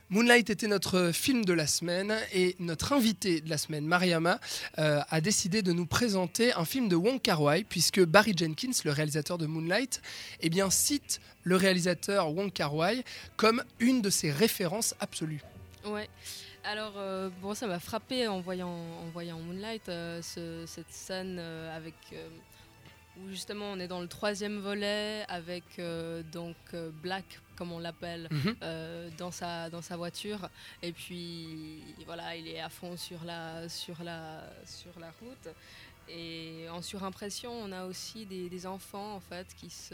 Moonlight était notre film de la semaine et notre invité de la semaine, Mariama, a décidé de nous présenter un film de Wong Kar-wai puisque Barry Jenkins, le réalisateur de Moonlight, eh bien, cite le réalisateur Wong Kar-wai comme une de ses références absolues. Ouais. Alors, ça m'a frappé en voyant Moonlight, cette scène avec... où justement on est dans le 3e volet avec Black, comme on l'appelle, dans sa voiture, et puis voilà, il est à fond sur la route, et en surimpression on a aussi des enfants en fait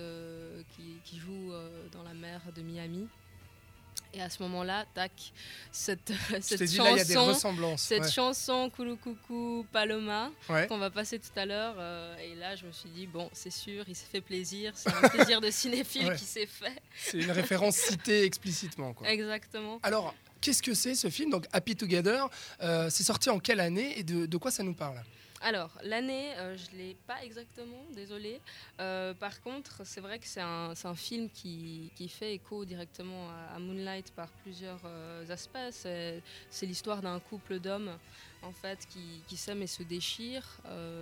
qui jouent dans la mer de Miami. Et à ce moment-là, tac, cette chanson, là, il y a des ressemblances. Cette chanson Koulou Coucou Paloma, ouais, qu'on va passer tout à l'heure. Et là, je me suis dit, bon, c'est sûr, il s'est fait plaisir. C'est un plaisir de cinéphile qui s'est fait. C'est une référence citée explicitement, quoi. Exactement. Alors, qu'est-ce que c'est ce film ? Donc, Happy Together, c'est sorti en quelle année et de quoi ça nous parle ? Alors, l'année, je ne l'ai pas exactement, désolée. Par contre, c'est vrai que c'est un film qui fait écho directement à Moonlight par plusieurs aspects. C'est l'histoire d'un couple d'hommes en fait, qui s'aiment et se déchirent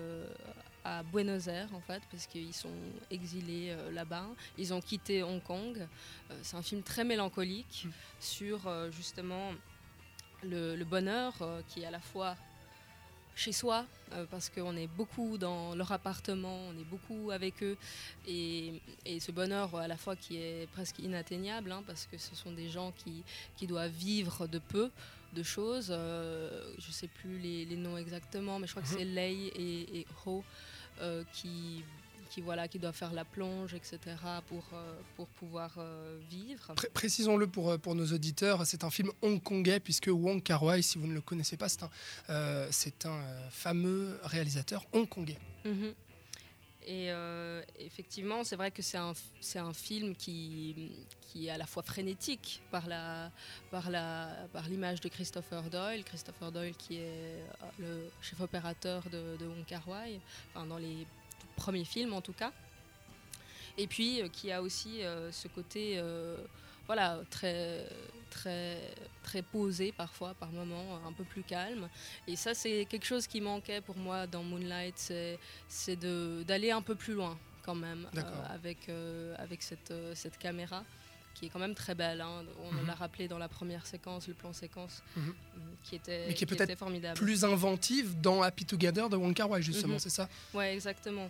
à Buenos Aires, en fait, parce qu'ils sont exilés là-bas. Ils ont quitté Hong Kong. C'est un film très mélancolique sur justement le bonheur qui est à la fois chez soi, parce qu'on est beaucoup dans leur appartement, on est beaucoup avec eux, et ce bonheur à la fois qui est presque inatteignable, parce que ce sont des gens qui doivent vivre de peu de choses, je ne sais plus les noms exactement, mais je crois que c'est Lei et Ho qui doivent faire la plonge, etc., pour pouvoir vivre. Précisons-le pour nos auditeurs, c'est un film hongkongais, puisque Wong Kar-wai, si vous ne le connaissez pas, c'est un fameux réalisateur hongkongais. Mm-hmm. Et effectivement, c'est vrai que c'est un film qui est à la fois frénétique par l'image de Christopher Doyle. Christopher Doyle qui est le chef opérateur de Wong Kar-wai, enfin, dans les premier film en tout cas, et puis qui a aussi ce côté très très très posé parfois, par moments un peu plus calme, et ça c'est quelque chose qui manquait pour moi dans Moonlight, c'est d'aller un peu plus loin quand même, avec cette caméra qui est quand même très belle, on l'a rappelé dans la première séquence, le plan séquence, qui était formidable. Plus inventive dans Happy Together de Wong Kar-wai, justement, c'est ça ? Ouais, exactement.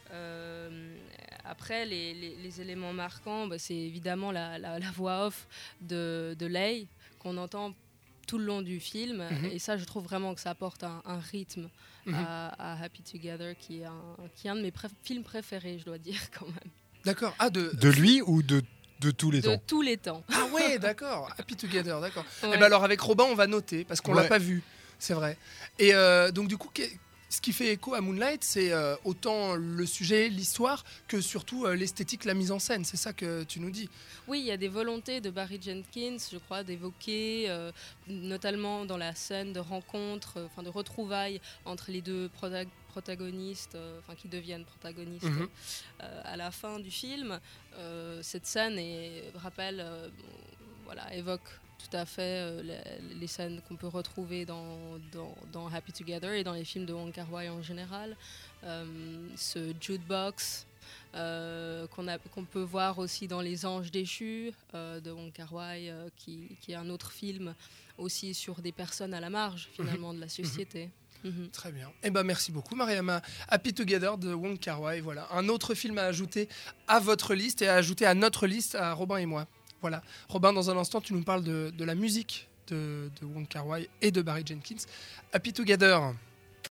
Après, les éléments marquants, c'est évidemment la voix off de Lei qu'on entend tout le long du film, et ça, je trouve vraiment que ça apporte un rythme à Happy Together, qui est un de mes films préférés, je dois dire quand même. D'accord. De lui ou de tous les temps ? De tous les temps. Ah ouais, d'accord. Happy Together, d'accord. Ouais. Et ben alors avec Robin, on va noter parce qu'on l'a pas vu, c'est vrai. Et donc du coup, ce qui fait écho à Moonlight, c'est autant le sujet, l'histoire, que surtout l'esthétique, la mise en scène. C'est ça que tu nous dis. Oui, il y a des volontés de Barry Jenkins, je crois, d'évoquer, notamment dans la scène de rencontre, de retrouvailles entre les deux protagonistes, qui deviennent protagonistes à la fin du film. Cette scène évoque tout à fait les scènes qu'on peut retrouver dans Happy Together et dans les films de Wong Kar-wai en général. Ce jukebox qu'on peut voir aussi dans Les Anges déchus de Wong Kar-wai, qui est un autre film aussi sur des personnes à la marge finalement de la société. Très bien. Merci beaucoup, Mariama. Happy Together de Wong Kar-wai. Voilà, un autre film à ajouter à votre liste et à ajouter à notre liste, à Robin et moi. Voilà. Robin, dans un instant, tu nous parles de la musique de Wong Kar-wai et de Barry Jenkins. Happy Together.